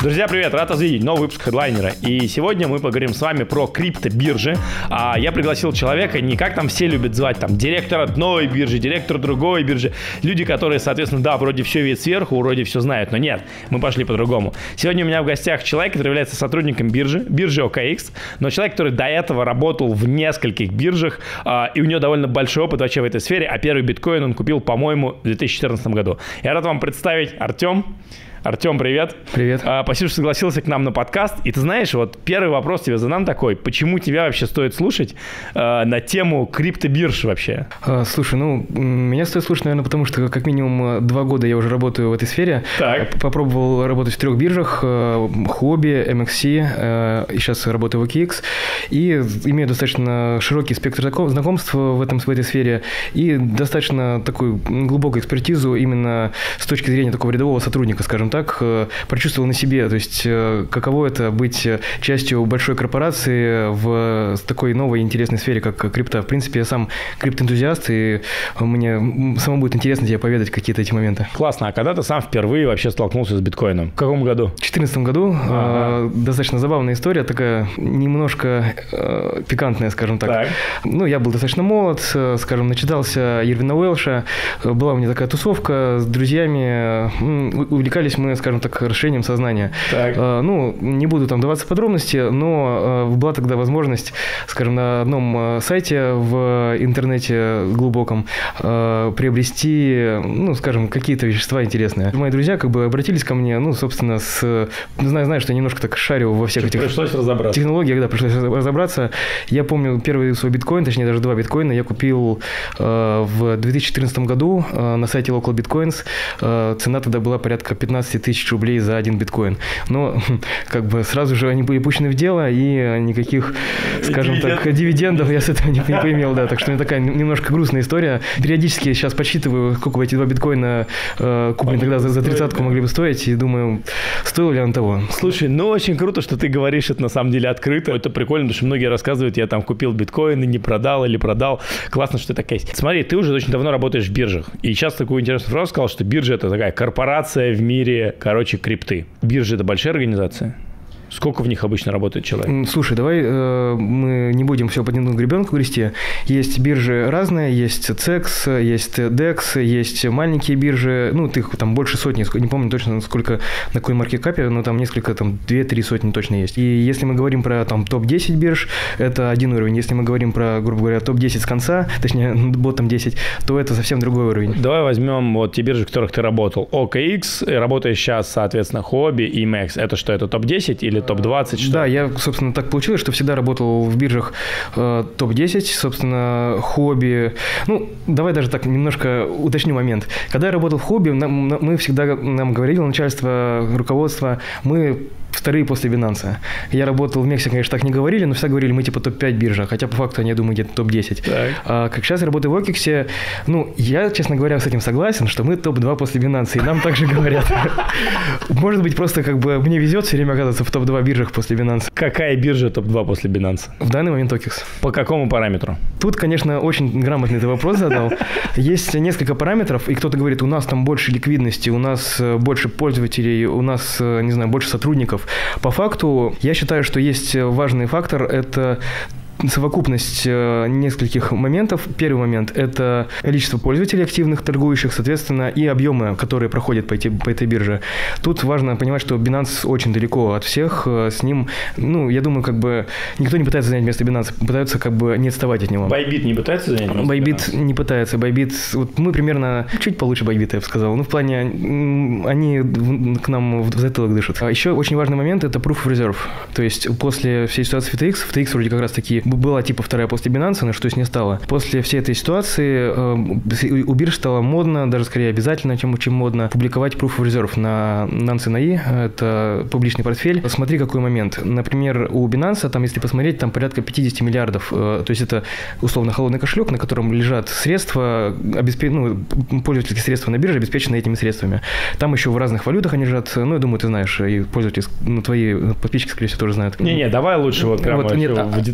Друзья, привет! Рад вас видеть. Новый выпуск Хедлайнера. И сегодня мы поговорим с вами про криптобиржи. Я пригласил человека, не как там все любят звать, там, директор одной биржи, директор другой биржи. Люди, которые, соответственно, да, вроде все видят сверху, вроде все знают, но нет, мы пошли по-другому. Сегодня у меня в гостях человек, который является сотрудником биржи OKX, но человек, который до этого работал в нескольких биржах, и у него довольно большой опыт вообще в этой сфере, а первый биткоин он купил, по-моему, в 2014 году. Я рад вам представить Артем. Артем, привет. Привет. Спасибо, что согласился к нам на подкаст. И ты знаешь, вот первый вопрос тебе задам такой. Почему тебя вообще стоит слушать на тему криптобирж вообще? Слушай, меня стоит слушать, наверное, потому что как минимум 2 года я уже работаю в этой сфере. Так. Попробовал работать в 3 биржах. Huobi, MXC, и сейчас работаю в OKX. И имею достаточно широкий спектр знакомств в этой сфере. И достаточно такую глубокую экспертизу именно с точки зрения такого рядового сотрудника, скажем так, прочувствовал на себе, то есть каково это быть частью большой корпорации в такой новой интересной сфере, как крипто. В принципе, я сам криптоэнтузиаст, и мне самому будет интересно тебе поведать какие-то эти моменты. Классно. А когда ты сам впервые вообще столкнулся с биткоином? В каком году? В 2014 году. Достаточно забавная история, такая немножко пикантная, скажем так. Я был достаточно молод, скажем, начитался Ирвина Уэлша, была у меня такая тусовка с друзьями, увлекались мы, скажем так, расширением сознания. Не буду там даваться в подробности, но была тогда возможность, скажем, на одном сайте в интернете глубоком приобрести, скажем, какие-то вещества интересные. Мои друзья обратились ко мне, собственно, знаю, что я немножко так шарю во всех этих технологиях, да, пришлось разобраться. Я помню первый свой биткоин, точнее даже 2 биткоина я купил в 2014 году на сайте Local Bitcoins. Цена тогда была порядка 15 тысяч рублей за 1 биткоин. Но сразу же они были пущены в дело, и никаких, скажем так, дивидендов я с этого не поимел, да. Так что это такая немножко грустная история. Периодически сейчас подсчитываю, сколько эти 2 биткоина купленные тогда за 30-ку могли бы стоить, и думаю, стоило ли оно того. Слушай, очень круто, что ты говоришь это на самом деле открыто. Это прикольно, потому что многие рассказывают, я там купил биткоин и не продал или продал. Классно, что это кейс. Смотри, ты уже очень давно работаешь в биржах. И сейчас такую интересную фразу сказал, что биржа — это такая корпорация в мире, крипты. Биржа — это большая организация? Сколько в них обычно работает человек? Слушай, давай мы не будем все под одну гребенку грести. Есть биржи разные, есть CEX, есть DEX, есть маленькие биржи. Их там больше сотни, не помню точно, сколько на CoinMarketCap, но там несколько, 2-3 сотни точно есть. И если мы говорим про топ-10 бирж, это один уровень. Если мы говорим про, грубо говоря, топ-10 с конца, точнее, ботом 10, то это совсем другой уровень. Давай возьмем те биржи, в которых ты работал. OKX, работаешь сейчас, соответственно, Huobi и MEX. Это что, это топ-10 или топ-20? Что? Да, я, собственно, так получилось, что всегда работал в биржах топ-10, собственно, Huobi. Давай даже так немножко уточню момент. Когда я работал в Huobi, нам говорило начальство, руководство, мы вторые после Binance. Я работал в Мексике, конечно, так не говорили, но всегда говорили, мы топ-5 биржа, хотя по факту они, я думаю, где-то топ-10. А как сейчас я работаю в OKX, я, честно говоря, с этим согласен, что мы топ-2 после Binance, и нам также говорят. Может быть, просто мне везет все время оказаться в топ-2 биржах после Binance. Какая биржа топ-2 после Binance? В данный момент OKX. По какому параметру? Тут, конечно, очень грамотный ты вопрос задал. Есть несколько параметров, и кто-то говорит, у нас там больше ликвидности, у нас больше пользователей, у нас, не знаю, больше сотрудников. По факту, я считаю, что есть важный фактор – это совокупность нескольких моментов. Первый момент – это количество пользователей активных, торгующих, соответственно, и объемы, которые проходят по этой бирже. Тут важно понимать, что Binance очень далеко от всех. С ним, я думаю, никто не пытается занять место Binance, пытаются не отставать от него. Bybit не пытается занять место Bybit Binance? Не пытается. Bybit, мы примерно чуть получше Bybit, я бы сказал. В плане, они к нам в затылок дышат. А еще очень важный момент – это Proof of Reserve. То есть после всей ситуации в FTX вроде как раз таки была вторая после Binance, но что с ней стало? После всей этой ситуации у бирж стало модно, даже скорее обязательно, чем модно, публиковать Proof of Reserve на NANCI, это публичный портфель. Смотри, какой момент. Например, у Binance, если посмотреть, там порядка 50 миллиардов, то есть это условно холодный кошелек, на котором лежат средства, пользовательские средства на бирже, обеспеченные этими средствами. Там еще в разных валютах они лежат, я думаю, ты знаешь, и пользователи, твои подписчики, скорее всего, тоже знают. Не-не, давай лучше в детали.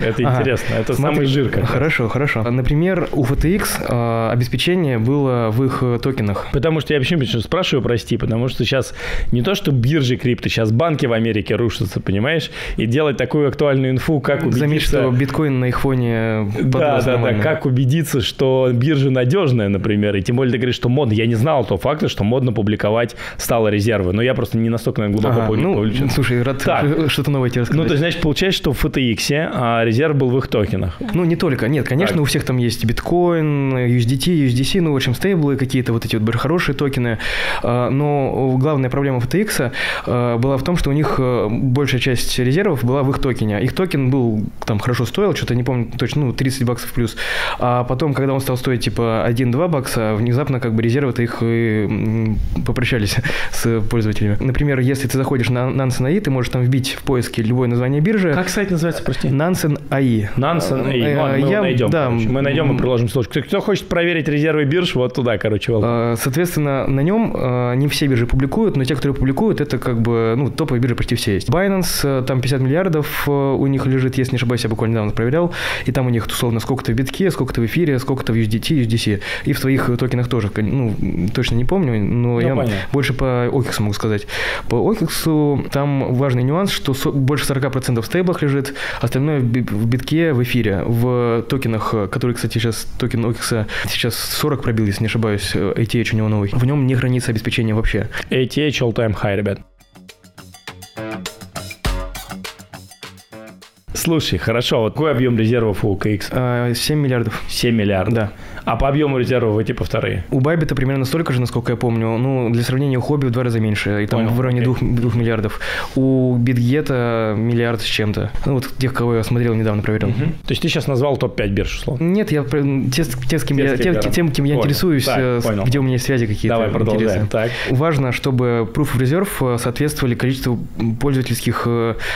Это интересно. Это самый жир. Хорошо. Например, у FTX обеспечение было в их токенах. Потому что я почему спрашиваю, прости, потому что сейчас не то, что биржи крипто, сейчас банки в Америке рушатся, понимаешь? И делать такую актуальную инфу, как убедиться... Заметь, что биткоин на их фоне подрос нормально. Как убедиться, что биржа надежная, например, и тем более ты говоришь, что модно. Я не знал того факта, что модно публиковать стало резервы, но я просто не настолько, наверное, глубоко повлечен. Слушай, рад что-то новое тебе рассказать. Ну, то есть, значит, получается, что в FTX резерв был в их токенах. Ну, не только. Нет, конечно, у всех там есть биткоин, USDT, ну, в общем, стейблы какие-то, вот эти вот хорошие токены. Но главная проблема FTX была в том, что у них большая часть резервов была в их токене. Их токен был, там, хорошо стоил, что-то не помню точно, $30 плюс. А потом, когда он стал стоить, типа, 1-2 бакса, внезапно, как бы, резервы-то их попрощались с пользователями. Например, если ты заходишь на Nansen.ai, ты можешь там вбить в поиске любое название биржи. Как сайт называется, прости? Nansen.ai. Nansen.ai. Мы его найдем. Да, мы найдем и приложим ссылочку. Кто хочет проверить резервы бирж, вот туда, короче. Соответственно, на нем не все биржи публикуют, но те, которые публикуют, это как бы, ну, топовые биржи почти все есть. Binance, там 50 миллиардов у них лежит, если не ошибаюсь, я буквально недавно проверял, и там у них, условно, сколько-то в битке, сколько-то в эфире, сколько-то в USDT, USDC. И в своих токенах тоже, ну, точно не помню, но я понятно. Больше по OKX могу сказать. По OKX там важный нюанс, что больше 40% в стейблах лежит, остальное в битке, в эфире. В токенах, которые, кстати, сейчас токен OKX сейчас 40 пробил, если не ошибаюсь, ATH у него новый. В нем не хранится обеспечение вообще. ATH all-time high, ребят. Слушай, хорошо, вот какой объем резервов у OKX? 7 миллиардов. 7 миллиардов? Да. А по объему резервов эти вторые? У Bybit примерно столько же, насколько я помню. Ну, для сравнения, у Huobi в 2 раза меньше. И там в районе 2 миллиардов. У BitGet миллиард с чем-то. Ну, вот тех, кого я смотрел, недавно проверил. То есть ты сейчас назвал топ-5 бирж, условно? Нет, я тем, кем я интересуюсь, так, где у меня есть связи какие-то. Давай продолжаем. Так. Важно, чтобы Proof of Reserve соответствовали количеству пользовательских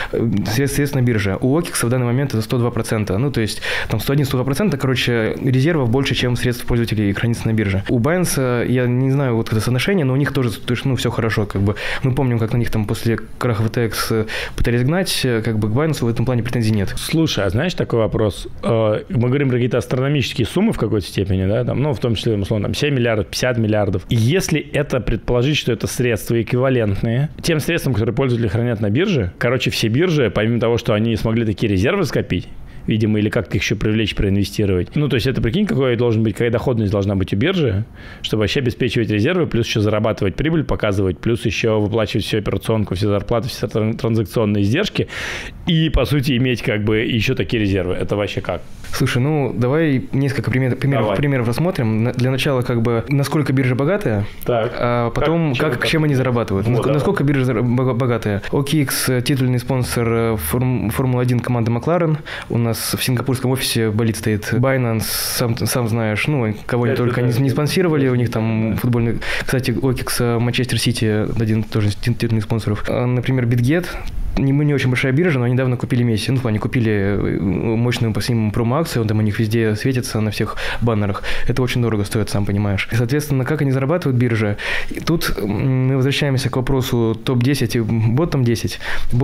средств на бирже. У OKX в данный момент это 102%. Ну, то есть там 101-102%, короче, резервов больше, чем средств пользователей хранится на бирже. У Binance, я не знаю вот это соотношение, но у них тоже, ну, все хорошо, как бы. Мы помним, как на них там после краха FTX пытались гнать, как бы к Binance в этом плане претензий нет. Слушай, а знаешь такой вопрос? Мы говорим про какие-то астрономические суммы в какой-то степени, да, там, ну, в том числе, условно, там 7 миллиардов, 50 миллиардов. И если это предположить, что это средства эквивалентные тем средствам, которые пользователи хранят на бирже, короче, все биржи, помимо того, что они смогли такие резервы скопить, видимо, или как-то их еще привлечь, проинвестировать. Ну, то есть это, прикинь, какая доходность должна быть у биржи, чтобы вообще обеспечивать резервы, плюс еще зарабатывать прибыль, показывать, плюс еще выплачивать всю операционку, все зарплаты, все транзакционные издержки и, по сути, иметь как бы еще такие резервы. Это вообще как? Слушай, ну, давай несколько примеров рассмотрим. Для начала, как бы, насколько биржа богатая, так. А потом, чем они зарабатывают. Вот, насколько биржа богатая. OKX – титульный спонсор Формулы-1 команды Макларен. У нас в сингапурском офисе болид стоит. Binance, сам знаешь, ну, кого они только не спонсировали. У них там футбольный... Кстати, OKX Манчестер Сити один тоже из титульных спонсоров. Например, BitGet. Мы не очень большая биржа, но недавно купили Месси. Ну, они купили мощную по ним промо-акцию, он там у них везде светится на всех баннерах. Это очень дорого стоит, сам понимаешь. И, соответственно, как они зарабатывают биржи? И тут мы возвращаемся к вопросу топ-10 и ботом-10.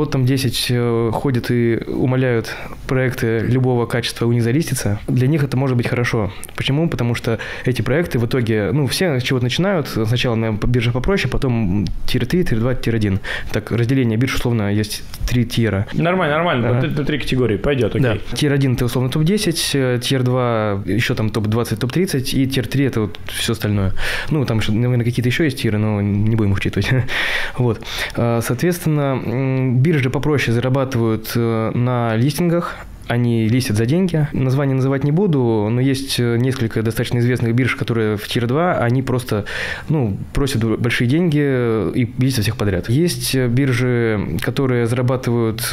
Ботом-10 ходят и умоляют проекты любого качества у них залиститься. Для них это может быть хорошо. Почему? Потому что эти проекты в итоге, ну, все с чего-то начинают. Сначала на бирже попроще, потом тир-3, тир-2, тир-1. Так, разделение бирж, условно, есть 3 тира. Нормально. Да. 3 категории. Пойдет, окей. Да. Тир-1 это условно топ-10, тир-2 еще там топ-20, топ-30, и тир-3 это вот все остальное. Ну, там, наверное, какие-то еще есть тиры, но не будем их учитывать. Вот. Соответственно, биржи попроще зарабатывают на листингах. Они листят за деньги. Название называть не буду, но есть несколько достаточно известных бирж, которые в Тир-2, они просто, ну, просят большие деньги и листят всех подряд. Есть биржи, которые зарабатывают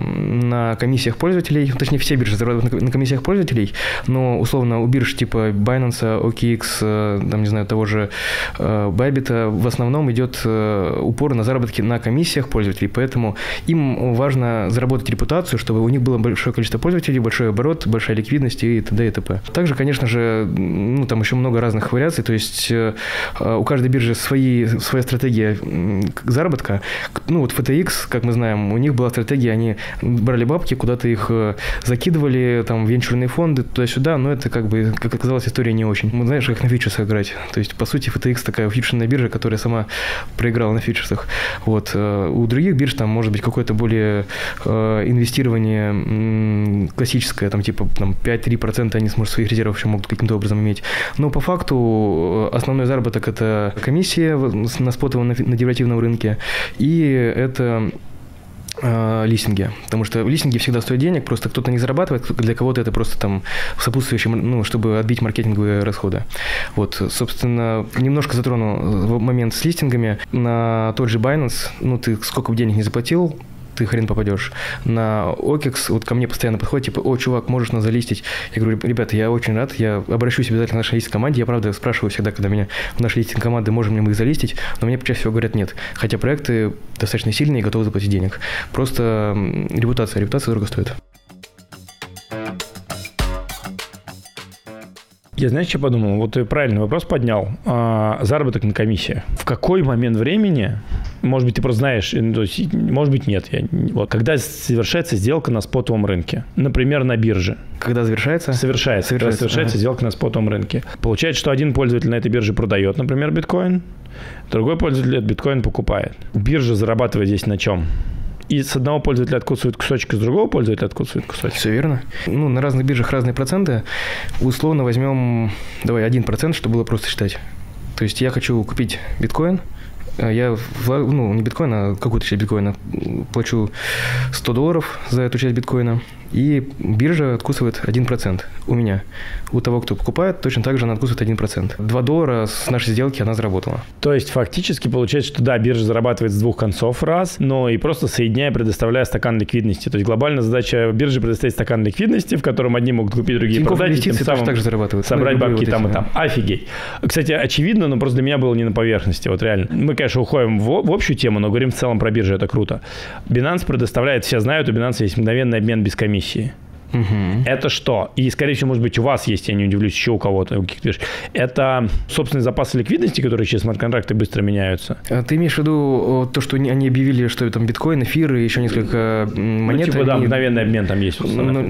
на комиссиях пользователей, точнее, все биржи зарабатывают на комиссиях пользователей, но, условно, у бирж типа Binance, OKX, там, не знаю, того же Bybit, в основном идет упор на заработки на комиссиях пользователей, поэтому им важно заработать репутацию, чтобы у них было большое количество пользователей, большой оборот, большая ликвидность и т.д. и т.п. Также, конечно же, там еще много разных вариаций, то есть у каждой биржи своя стратегия заработка. Вот FTX, как мы знаем, у них была стратегия, они брали бабки, куда-то их закидывали, там, в венчурные фонды, туда-сюда, но это, как оказалось, история не очень. Знаешь, как на фьючерсах играть. То есть, по сути, FTX такая фьючерная биржа, которая сама проиграла на фьючерсах. У других бирж там может быть какое-то более инвестирование классическое, там, типа 5-3% они смогут своих резервов еще могут каким-то образом иметь. Но по факту основной заработок – это комиссия на спотовом, на деривативном рынке, и это листинги, потому что листинги всегда стоят денег, просто кто-то не зарабатывает, для кого-то это просто там сопутствующее, чтобы отбить маркетинговые расходы. Собственно, немножко затрону момент с листингами. На тот же Binance, ты сколько бы денег не заплатил, ты хрен попадешь. На OKEX ко мне постоянно подходит, типа, чувак, можешь нас залистить? Я говорю, ребята, я очень рад, я обращусь обязательно к нашей листинг-команде. Я, правда, спрашиваю всегда, когда меня в нашей листинг-команды, можем ли мы их залистить, но мне чаще всего говорят нет. Хотя проекты достаточно сильные и готовы заплатить денег. Просто репутация дорого стоит. Я, знаешь, что подумал? Ты правильный вопрос поднял. Заработок на комиссии. В какой момент времени, может быть, ты просто знаешь, может быть, нет. Когда совершается сделка на спотовом рынке, например, на бирже. Когда завершается? Когда совершается сделка на спотовом рынке. Получается, что один пользователь на этой бирже продает, например, биткоин, другой пользователь этот биткоин покупает. Биржа зарабатывает здесь на чем? И с одного пользователя откусывают кусочек, с другого пользователя откусывают кусочек. Все верно. На разных биржах разные проценты. Условно возьмем, 1%, чтобы было просто считать. То есть я хочу купить биткоин, я, не биткоин, а какую-то часть биткоина, плачу $100 за эту часть биткоина, и биржа откусывает 1% у меня. У того, кто покупает, точно так же она откусывает 1%. $2 с нашей сделки она заработала. То есть фактически получается, что да, биржа зарабатывает с двух концов раз, но и просто соединяя, предоставляя стакан ликвидности. То есть глобальная задача биржи предоставить стакан ликвидности, в котором одни могут купить, другие продать, и тем самым также зарабатывают. Собрать бабки там и там. Офигеть. Кстати, очевидно, но просто для меня было не на поверхности. Реально. Мы, конечно, уходим в общую тему, но говорим в целом про биржу, это круто. Binance предоставляет, все знают, у Binance есть мгновенный обмен без комиссии. Угу. Это что? И, скорее всего, может быть, у вас есть, я не удивлюсь, еще у кого-то, у каких-то. Это собственные запасы ликвидности, которые через смарт-контракты быстро меняются? Ты имеешь в виду то, что они объявили, что там биткоин, эфир и еще несколько монет? Да, мгновенный обмен там есть.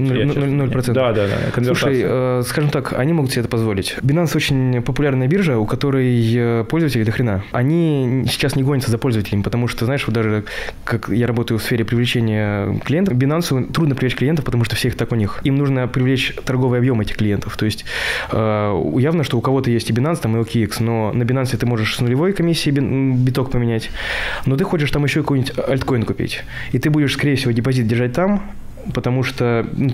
0%. Да. Слушай, скажем так, они могут себе это позволить. Binance очень популярная биржа, у которой пользователи до хрена. Они сейчас не гонятся за пользователями, потому что, знаешь, даже как я работаю в сфере привлечения клиентов, Binance трудно привлечь клиентов, потому что всех так у них. Им нужно привлечь торговый объем этих клиентов. То есть явно, что у кого-то есть и Binance, там и OKX, но на Binance ты можешь с нулевой комиссией биток поменять, но ты хочешь там еще какой-нибудь альткоин купить. И ты будешь, скорее всего, депозит держать там, потому что, у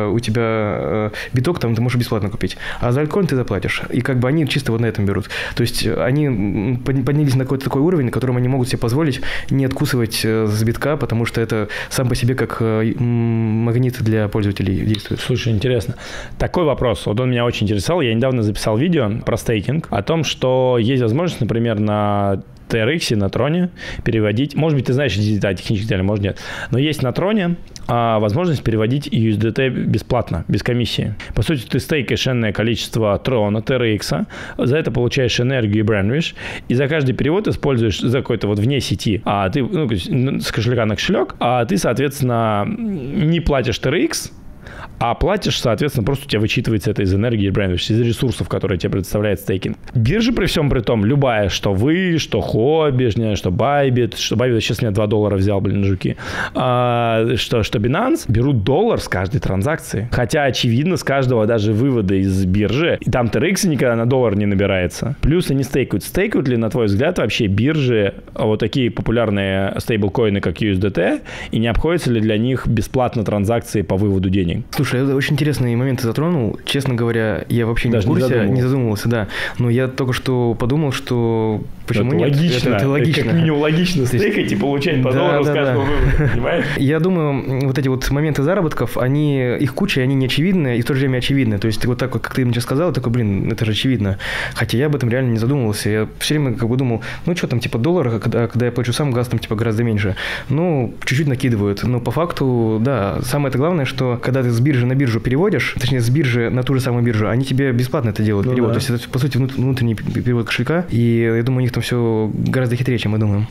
тебя биток там ты можешь бесплатно купить, а за альткоин ты заплатишь. И они чисто на этом берут. То есть они поднялись на какой-то такой уровень, на котором они могут себе позволить не откусывать с битка, потому что это сам по себе как магнит для пользователей действует. Слушай, интересно. Такой вопрос. Он меня очень интересовал. Я недавно записал видео про стейкинг, о том, что есть возможность, например, на TRX, на Троне переводить. Может быть, ты знаешь технические детали, может нет. Но есть на Троне возможность переводить USDT бесплатно, без комиссии. По сути, ты стейкаешь энное количество Трона, TRX, за это получаешь энергию и брендвиш, и за каждый перевод используешь за какой-то вне сети, ты с кошелька на кошелек, а ты, соответственно, не платишь TRX, а платишь, соответственно, просто у тебя вычитывается это из энергии, из ресурсов, которые тебе предоставляет стейкинг. Биржа при всем при том, любая, что вы, что Хобби, что Bybit, сейчас меня $2 взял, жуки, что Binance, берут $1 с каждой транзакции. Хотя, очевидно, с каждого даже вывода из биржи, и там TRX никогда на $1 не набирается. Плюс они стейкают. Стейкают ли, на твой взгляд, вообще биржи вот такие популярные стейблкоины, как USDT, и не обходятся ли для них бесплатно транзакции по выводу денег? Слушай, это очень интересные моменты затронул. Честно говоря, я вообще не в курсе, не задумывался, да. Но я только что подумал, что почему это нет? Логично. Это логично. Как минимум логично стейкать и получать по $1 с каждого вывода, понимаешь? Я думаю, вот эти вот моменты заработков, их куча, они не очевидны и в то же время очевидны. То есть вот так вот, как ты мне сейчас сказал, такой, это же очевидно. Хотя я об этом реально не задумывался. Я все время думал, что там, $1, когда я плачу сам, газ там гораздо меньше. Чуть-чуть накидывают. Но по факту, да, самое-то главное, что когда ты с биржи на биржу переводишь, точнее, с биржи на ту же самую биржу, они тебе бесплатно это делают, перевод. То есть это, по сути, внутренний перевод кошелька, и я думаю, у них там все гораздо хитрее, чем мы думаем.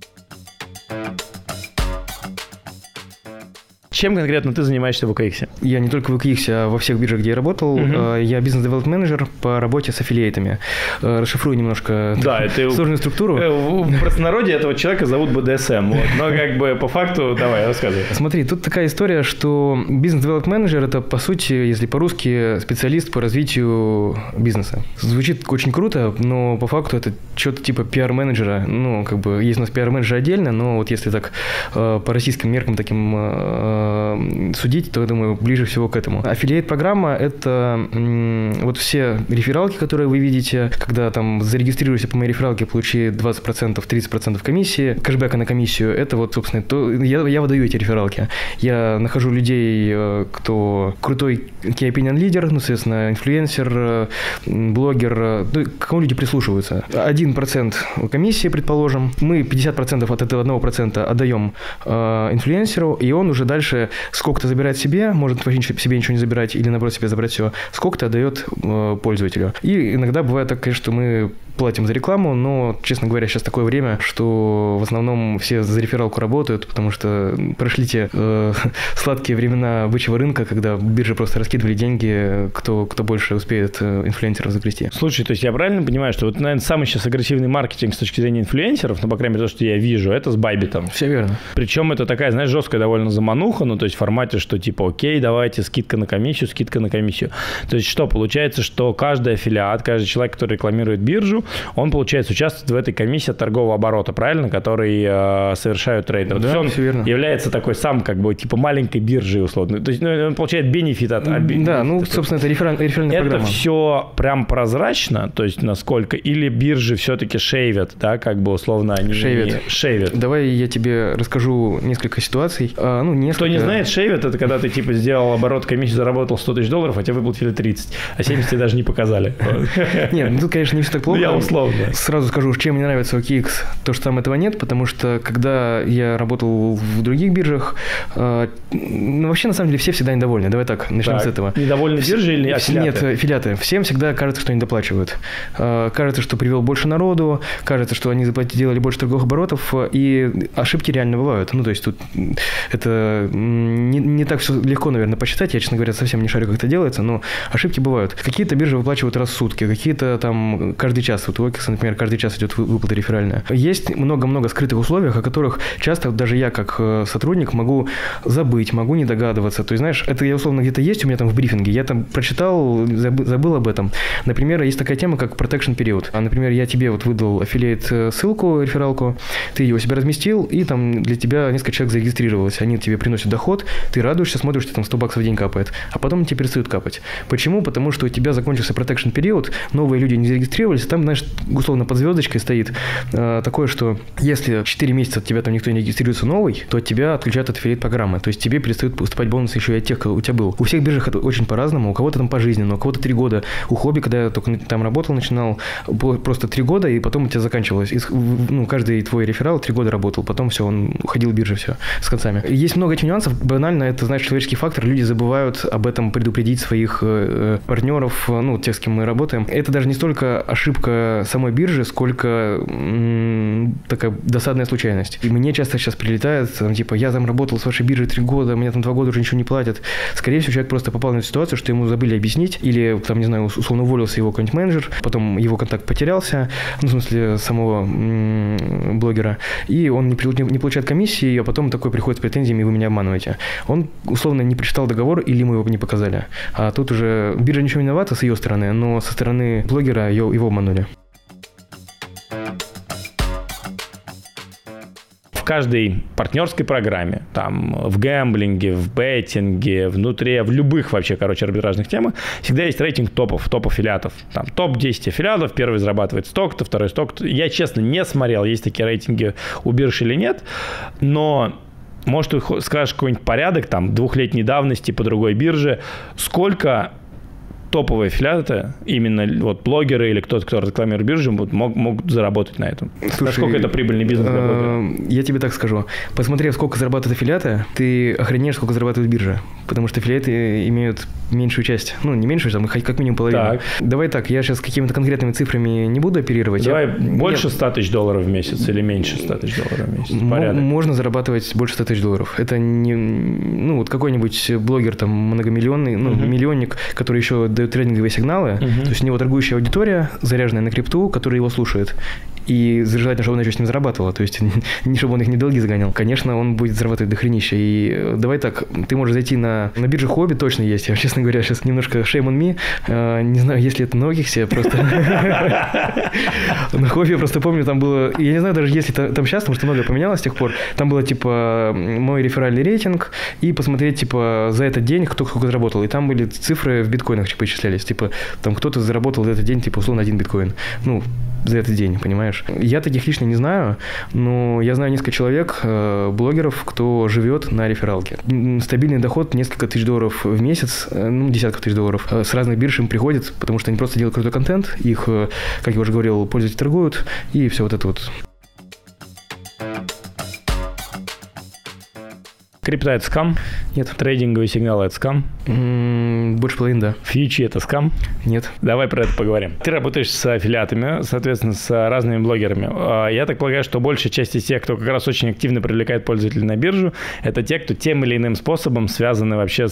Чем конкретно ты занимаешься в OKX? Я не только в OKX, а во всех биржах, где я работал. Я бизнес-девелопмент-менеджер по работе с аффилиейтами. Расшифрую немножко сложную структуру. В простонародье этого человека зовут BDSM. Но как бы по факту, давай, рассказывай. Смотри, тут такая история, что бизнес-девелопмент-менеджер – это, по сути, если по-русски, специалист по развитию бизнеса. Звучит очень круто, но по факту это что-то типа пиар-менеджера. Ну, как бы, есть у нас пиар-менеджер отдельно, но вот если так по российским меркам таким судить, то, я думаю, ближе всего к этому. Аффилиейт-программа – это вот все рефералки, которые вы видите, когда там зарегистрируешься по моей рефералке, получи 20%, 30% комиссии, кэшбэка на комиссию, это вот, собственно, то я выдаю эти рефералки. Я нахожу людей, кто крутой key opinion лидер, ну, соответственно, инфлюенсер, блогер, ну, к кому люди прислушиваются. 1% комиссии, предположим, мы 50% от этого 1% отдаем инфлюенсеру, и он уже дальше сколько-то забирает себе, может вообще себе ничего не забирать или, наоборот, себе забрать все, сколько-то отдает пользователю. И иногда бывает так, конечно, что мы платим за рекламу, но, честно говоря, сейчас такое время, что в основном все за рефералку работают, потому что прошли те сладкие времена бычьего рынка, когда биржи просто раскидывали деньги, кто больше успеет инфлюенсеров загрести. Слушай, то есть я правильно понимаю, что вот, наверное, самый сейчас агрессивный маркетинг с точки зрения инфлюенсеров, ну, по крайней мере, то, что я вижу, это с Байбитом. Все верно. Причем это такая, знаешь, жесткая довольно замануха, ну, то есть в формате, что типа, окей, давайте скидка на комиссию. То есть что, получается, что каждый аффилиат, каждый человек, который рекламирует биржу, он, получается, участвует в этой комиссии от торгового оборота, правильно, который совершают трейдеры. Да, то есть он верно. является такой сам, как бы, типа маленькой биржей, условно. То есть он получает бенефит от... Да, ну, собственно, это реферальная программа. Это все прям прозрачно, то есть насколько, или биржи все-таки шейвят, да, как бы, условно, они... Шейвят. Давай я тебе расскажу несколько ситуаций. Кто не знает, шейвят, это когда ты, типа, сделал оборот комиссии, заработал $100 тысяч, а тебе выплатили 30, а 70 тебе даже не показали. Нет, ну тут, конечно, не все так плохо. Я условно. Сразу скажу, чем мне нравится OKX, то, что там этого нет, потому что, когда я работал в других биржах, вообще, на самом деле, все всегда недовольны. Давай так, начнем с этого. Недовольны биржи или аффилиаты? Нет, аффилиаты. Всем всегда кажется, что они доплачивают. Кажется, что привел больше народу, кажется, что они делали больше торговых оборотов, и ошибки реально бывают. Ну, то есть тут это не так все легко, наверное, посчитать. Я, честно говоря, совсем не шарю, как это делается, но ошибки бывают. Какие-то биржи выплачивают раз в сутки, какие-то там каждый час. Вот у OKX, например, каждый час идет выплата реферальная. Есть много-много скрытых условий, о которых часто даже я, как сотрудник, могу забыть, могу не догадываться. То есть, знаешь, это я условно где-то есть у меня там в брифинге, я там прочитал, забыл об этом. Например, есть такая тема, как protection период. Например, я тебе вот выдал аффилиейт ссылку, рефералку, ты ее у себя разместил, и там для тебя несколько человек зарегистрировалось. Они тебе приносят доход, ты радуешься, смотришь, что там $100 в день капает, а потом тебе перестают капать. Почему? Потому что у тебя закончился protection период, новые люди не зарегистрировались, там, знаешь, условно под звездочкой стоит такое, что если 4 месяца от тебя там никто не регистрируется новый, то от тебя отключают от аффилиейт программы, то есть тебе перестают поступать бонусы еще и от тех, кто у тебя был. У всех биржах это очень по-разному, у кого-то там пожизненно, у кого-то 3 года. У хобби, когда я только там работал, начинал, было просто 3 года, и потом у тебя заканчивалось. Каждый твой реферал 3 года работал, потом все, он уходил в биржу, все, с концами. Есть много этих нюансов, банально, это, знаешь, человеческий фактор, люди забывают об этом предупредить своих партнеров, тех, с кем мы работаем. Это даже не столько ошибка самой биржи, сколько такая досадная случайность. И мне часто сейчас прилетает, там, типа, я там работал с вашей биржей 3 года, мне там 2 года уже ничего не платят. Скорее всего, человек просто попал в эту ситуацию, что ему забыли объяснить, или, там, не знаю, условно уволился его какой-нибудь менеджер, потом его контакт потерялся, в смысле, самого блогера, и он не получает комиссии, а потом такой приходит с претензиями, и вы меня обманываете. Он, условно, не прочитал договор, или ему его не показали. А тут уже биржа ничего не виновата с ее стороны, но со стороны блогера его обманули. В каждой партнерской программе, там, в гэмблинге, в беттинге, в любых вообще, арбитражных темах, всегда есть рейтинг топ аффилиатов. Там топ-10 аффилиатов, первый зарабатывает столько-то, второй столько-то. Я, честно, не смотрел, есть такие рейтинги у бирж или нет, но... Может, ты скажешь какой-нибудь порядок, там, 2-летней давности по другой бирже, сколько топовые аффилиаты, именно вот блогеры или кто-то, кто рекламирует биржу, могут заработать на этом? Слушай, насколько это прибыльный бизнес для блогера? Я тебе так скажу. Посмотрев, сколько зарабатывают аффилиаты, ты охренеешь, сколько зарабатывает биржа. Потому что аффилиаты имеют меньшую часть. Ну, не меньшую, там, как минимум половину. Так. Давай так, я сейчас какими-то конкретными цифрами не буду оперировать. Давай больше $100 тысяч в месяц или меньше $100 тысяч в месяц? Порядок. Можно зарабатывать больше $100 тысяч. Это не... Ну, вот какой-нибудь блогер там многомиллионный, миллионник, который еще дает трейдинговые сигналы, то есть у него торгующая аудитория, заряженная на крипту, которая его слушает. И желательно, чтобы он еще с ним зарабатывал, то есть не чтобы он их не долги загонял. Конечно, он будет зарабатывать дохренища. И давай так, ты можешь зайти на бирже Хобби, точно есть. Я, честно говоря, сейчас немножко shame on me. Не знаю, если это на Окиксе, просто... На Хобби я просто помню, там было... Я не знаю даже, если там сейчас, потому что многое поменялось с тех пор. Там было, типа, мой реферальный рейтинг и посмотреть, типа, за этот день, кто сколько заработал. И там были цифры в биткоинах, типа, исчислялись. Типа, там кто-то заработал за этот день, типа, условно, 1 биткоин. Ну, за этот день, понимаешь? Я таких лично не знаю, но я знаю несколько человек, блогеров, кто живет на рефералке. Стабильный доход несколько тысяч долларов в месяц, десятков тысяч долларов. С разных бирж им приходит, потому что они просто делают крутой контент, их, как я уже говорил, пользователи торгуют, и все вот это вот. Крипта – это скам? Нет. Трейдинговые сигналы – это скам? Больше половины, да. Фьючи – это скам? Нет. Давай про это поговорим. Ты работаешь с аффилиатами, соответственно, с разными блогерами. Я так полагаю, что большая часть из тех, кто как раз очень активно привлекает пользователей на биржу, это те, кто тем или иным способом связаны вообще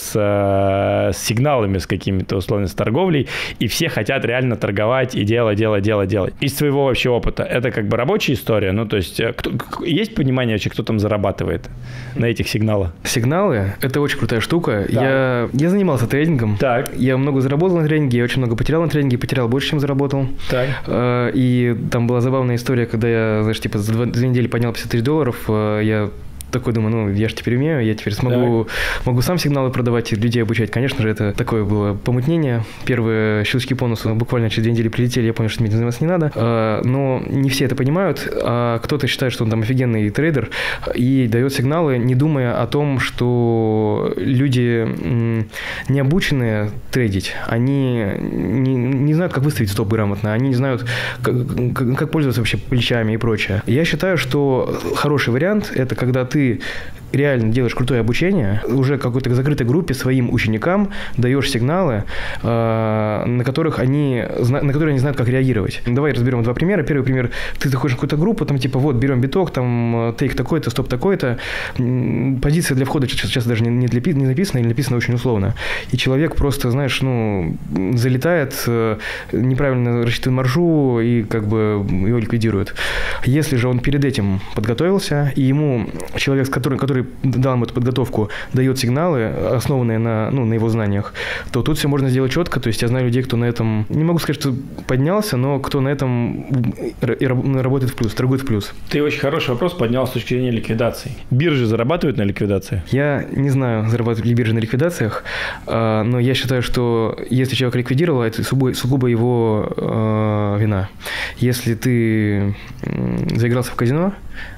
с сигналами, с какими-то условно, с торговлей, и все хотят реально торговать и делать. Из твоего вообще опыта, это как бы рабочая история? Ну, то есть, есть понимание вообще, кто там зарабатывает на этих сигналах? Сигналы – это очень крутая штука. Да. Я занимался трейдингом. Так. Я много заработал на трейдинге, я очень много потерял на трейдинге, потерял больше, чем заработал. Так. И там была забавная история, когда я, знаешь, типа за 2 недели поднял $50 тысяч, я такой думаю, ну, я же теперь умею, я теперь могу сам сигналы продавать и людей обучать. Конечно же, это такое было помутнение. Первые щелчки по носу буквально через 2 недели прилетели, я понял, что мне заниматься не надо. Но не все это понимают, а кто-то считает, что он там офигенный трейдер и дает сигналы, не думая о том, что люди не обученные трейдить, они не знают, как выставить стоп грамотно, они не знают, как пользоваться вообще плечами и прочее. Я считаю, что хороший вариант – это когда ты реально делаешь крутое обучение, уже в какой-то закрытой группе своим ученикам даешь сигналы, на которые они знают, как реагировать. Давай разберем 2 примера. Первый пример. Ты заходишь в какую-то группу, там типа вот, берем биток, там тейк такой-то, стоп такой-то. Позиция для входа сейчас даже не написана или написана очень условно. И человек просто, знаешь, залетает, неправильно рассчитывает маржу и как бы его ликвидирует. Если же он перед этим подготовился, и ему человек, который дал ему эту подготовку, дает сигналы, основанные на его знаниях, то тут все можно сделать четко. То есть я знаю людей, кто на этом, не могу сказать, что поднялся, но кто на этом работает в плюс, торгует в плюс. Ты очень хороший вопрос поднял с точки зрения ликвидаций. Биржи зарабатывают на ликвидации? Я не знаю, зарабатывают ли биржи на ликвидациях, но я считаю, что если человек ликвидировал, это сугубо его вина. Если ты заигрался в казино,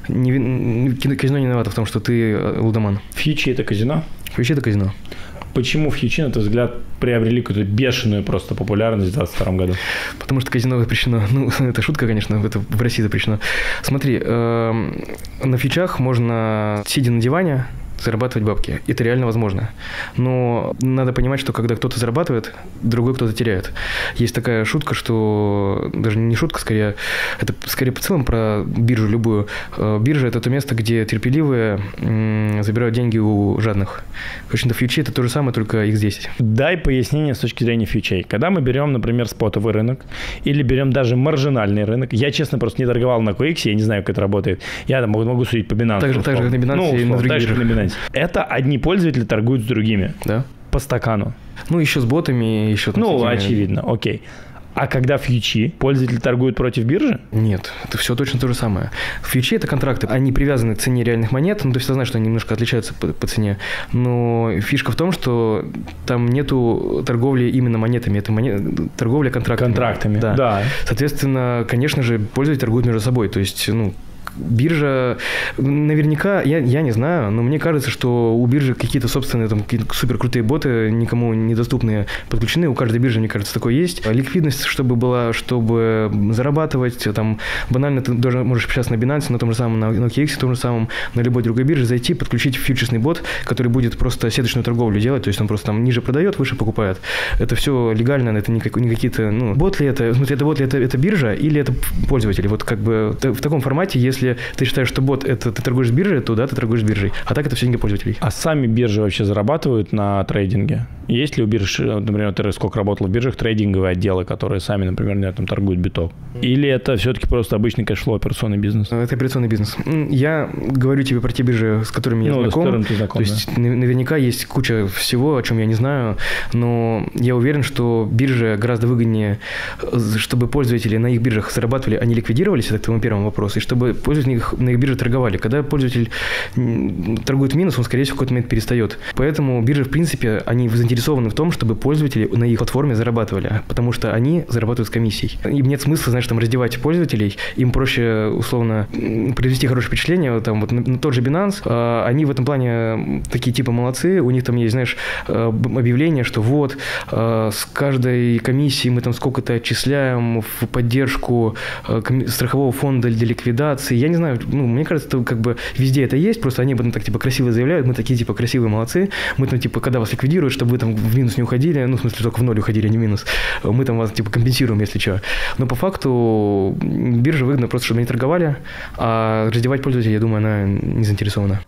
казино не виновато в том, что ты лудоман. Фьючи – это казино? Фьючи – это казино. Почему фьючи, на твой взгляд, приобрели какую-то бешеную просто популярность в 2022 году? Потому что казино запрещено. Это шутка, конечно, это в России запрещено. Смотри, на фьючах можно, сидя на диване, зарабатывать бабки. Это реально возможно. Но надо понимать, что когда кто-то зарабатывает, другой кто-то теряет. Есть такая шутка, что... Даже не шутка, скорее... Это скорее по целом про биржу любую. Биржа – это то место, где терпеливые забирают деньги у жадных. В общем-то, фьючи – это то же самое, только x10. Дай пояснение с точки зрения фьючей. Когда мы берем, например, спотовый рынок или берем даже маржинальный рынок, я, честно, просто не торговал на QX, я не знаю, как это работает. Я там могу судить по Binance. Так же, как на Binance и на других биржах. Это одни пользователи торгуют с другими. Да. По стакану. Еще с ботами, еще... Очевидно, окей. А когда фьючи, пользователи торгуют против биржи? Нет, это все точно то же самое. Фьючи – это контракты, они привязаны к цене реальных монет, ты всегда знаешь, что они немножко отличаются по цене, но фишка в том, что там нету торговли именно монетами, это торговля контрактами. Контрактами, да. Соответственно, конечно же, пользователи торгуют между собой, то есть, биржа, наверняка, я не знаю, но мне кажется, что у биржи какие-то собственные там какие-то суперкрутые боты, никому недоступные, подключены. У каждой биржи, мне кажется, такое есть. Ликвидность, чтобы была, чтобы зарабатывать, там, банально ты даже можешь сейчас на Binance, на том же самом, на OKX, том же самом, на любой другой бирже зайти, подключить фьючерсный бот, который будет просто сеточную торговлю делать, то есть он просто там ниже продает, выше покупает. Это все легально, это не какие-то, ну, бот ли это, в смысле, это бот ли это биржа или это пользователи? Вот как бы в таком формате, если ты считаешь, что бот это ты торгуешь с биржей, то да, ты торгуешь с биржей, а так это все деньги пользователей. А сами биржи вообще зарабатывают на трейдинге? Есть ли у бирж, например, ты сколько работал в биржах, трейдинговые отделы, которые сами, например, там торгуют биток? Или это все-таки просто обычный кэшфлоу, операционный бизнес? Это операционный бизнес. Я говорю тебе про те биржи, с которыми я знаком. С которыми ты знаком, то есть наверняка есть куча всего, о чем я не знаю, но я уверен, что биржи гораздо выгоднее, чтобы пользователи на их биржах зарабатывали, а не ликвидировались, это к твоему первому вопросу, и чтобы пользователи на их бирже торговали. Когда пользователь торгует в минус, он, скорее всего, в какой-то момент перестает. Поэтому биржи, в принципе, они заинтересованы в том, чтобы пользователи на их платформе зарабатывали, потому что они зарабатывают с комиссией. Им нет смысла, знаешь, там раздевать пользователей, им проще, условно, произвести хорошее впечатление. Там вот на тот же Binance, они в этом плане такие типа молодцы, у них там есть, знаешь, объявление, что вот, с каждой комиссии мы там сколько-то отчисляем в поддержку страхового фонда для ликвидации. Я не знаю, ну, мне кажется, это как бы везде это есть, просто они об этом так типа красиво заявляют, мы такие типа красивые молодцы, мы там типа, когда вас ликвидируют, чтобы вы там в минус не уходили, ну, в смысле, только в ноль уходили, а не в минус, мы там вас типа компенсируем, если что. Но по факту биржа выгодна просто, чтобы они торговали, а раздевать пользователей, я думаю, она не заинтересована.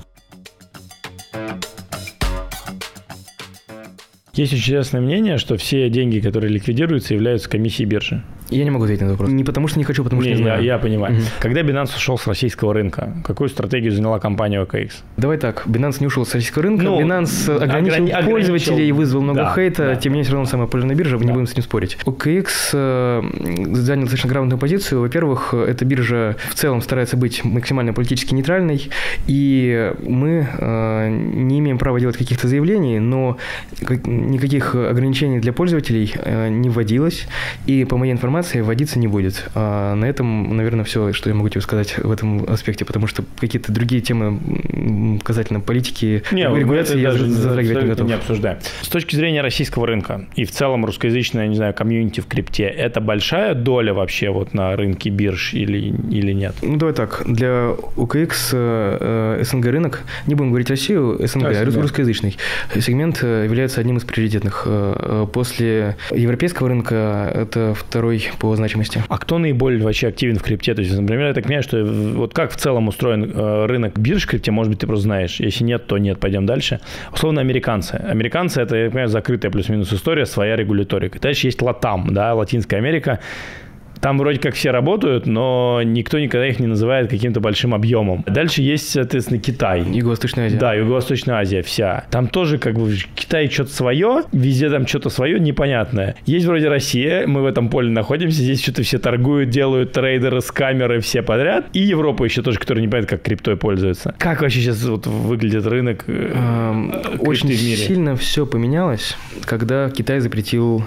Есть очень интересное мнение, что все деньги, которые ликвидируются, являются комиссией биржи. Я не могу ответить на этот вопрос. Не потому что не хочу, потому что не знаю. Я понимаю. Когда Binance ушел с российского рынка, какую стратегию заняла компания OKX? Давай так, Binance не ушел с российского рынка, Binance ограничил пользователей и вызвал много хейта, тем не менее все равно самая популярная биржа, не будем с этим спорить. OKX занял достаточно грамотную позицию. Во-первых, эта биржа в целом старается быть максимально политически нейтральной, и мы не имеем права делать каких-то заявлений, но никаких ограничений для пользователей не вводилось, и по моей информации вводиться не будет. На этом, наверное, все, что я могу тебе сказать в этом аспекте, потому что какие-то другие темы касательно политики, регуляции я затрагивать не готов. Не обсуждаем. С точки зрения российского рынка и в целом русскоязычное, не знаю, комьюнити в крипте, это большая доля вообще вот на рынке бирж или нет? Ну, давай так. Для OKX СНГ рынок, не будем говорить Россию, СНГ, русскоязычный сегмент является одним из приоритетных. После европейского рынка это второй по значимости. А кто наиболее вообще активен в крипте? То есть, например, я так понимаю, что вот как в целом устроен рынок бирж в крипте, может быть, ты просто знаешь. Если нет, то нет, пойдем дальше. Условно, американцы. Американцы – это, я понимаю, закрытая плюс-минус история, своя регуляторика. Дальше есть Латам, да, Латинская Америка. Там вроде как все работают, но никто никогда их не называет каким-то большим объемом. Дальше есть, соответственно, Китай. Юго-Восточная Азия. Да, Юго-Восточная Азия вся. Там тоже как бы Китай что-то свое, везде там что-то свое непонятное. Есть вроде Россия, мы в этом поле находимся, здесь что-то все торгуют, делают трейдеры, скамеры, все подряд. И Европа еще тоже, которая не понимает, как криптой пользуется. Как вообще сейчас вот выглядит рынок очень в мире? Сильно все поменялось, когда Китай запретил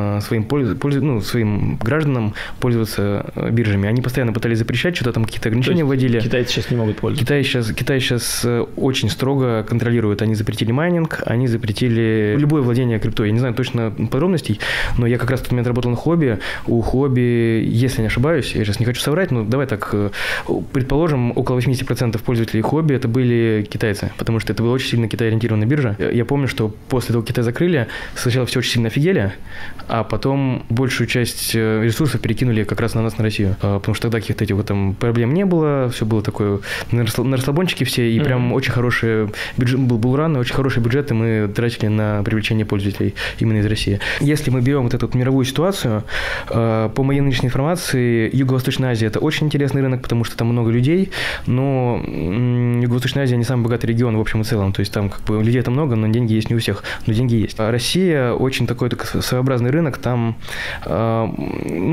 своим гражданам пользоваться биржами. Они постоянно пытались запрещать, что-то там какие-то ограничения вводили. Китайцы сейчас не могут пользоваться. Китай сейчас очень строго контролирует. Они запретили майнинг, они запретили любое владение криптой. Я не знаю точно подробностей, но я как раз в тот момент работал на Huobi. У Huobi, если не ошибаюсь, я сейчас не хочу соврать, но давай так, предположим, около 80% пользователей Huobi это были китайцы, потому что это была очень сильно китай-ориентированная биржа. Я помню, что после того, как Китай закрыли, сначала все очень сильно офигели, а потом большую часть ресурсов перекинули как раз на нас, на Россию. Потому что тогда каких-то этих там проблем не было, все было такое на расслабончике все, и прям очень хороший бюджет, был рано, очень хорошие бюджеты мы тратили на привлечение пользователей именно из России. Если мы берем вот эту мировую ситуацию, по моей нынешней информации, Юго-Восточная Азия – это очень интересный рынок, потому что там много людей, но Юго-Восточная Азия не самый богатый регион в общем и целом, то есть там как бы людей-то много, но деньги есть не у всех, но деньги есть. А Россия очень такой своеобразный рынок, там,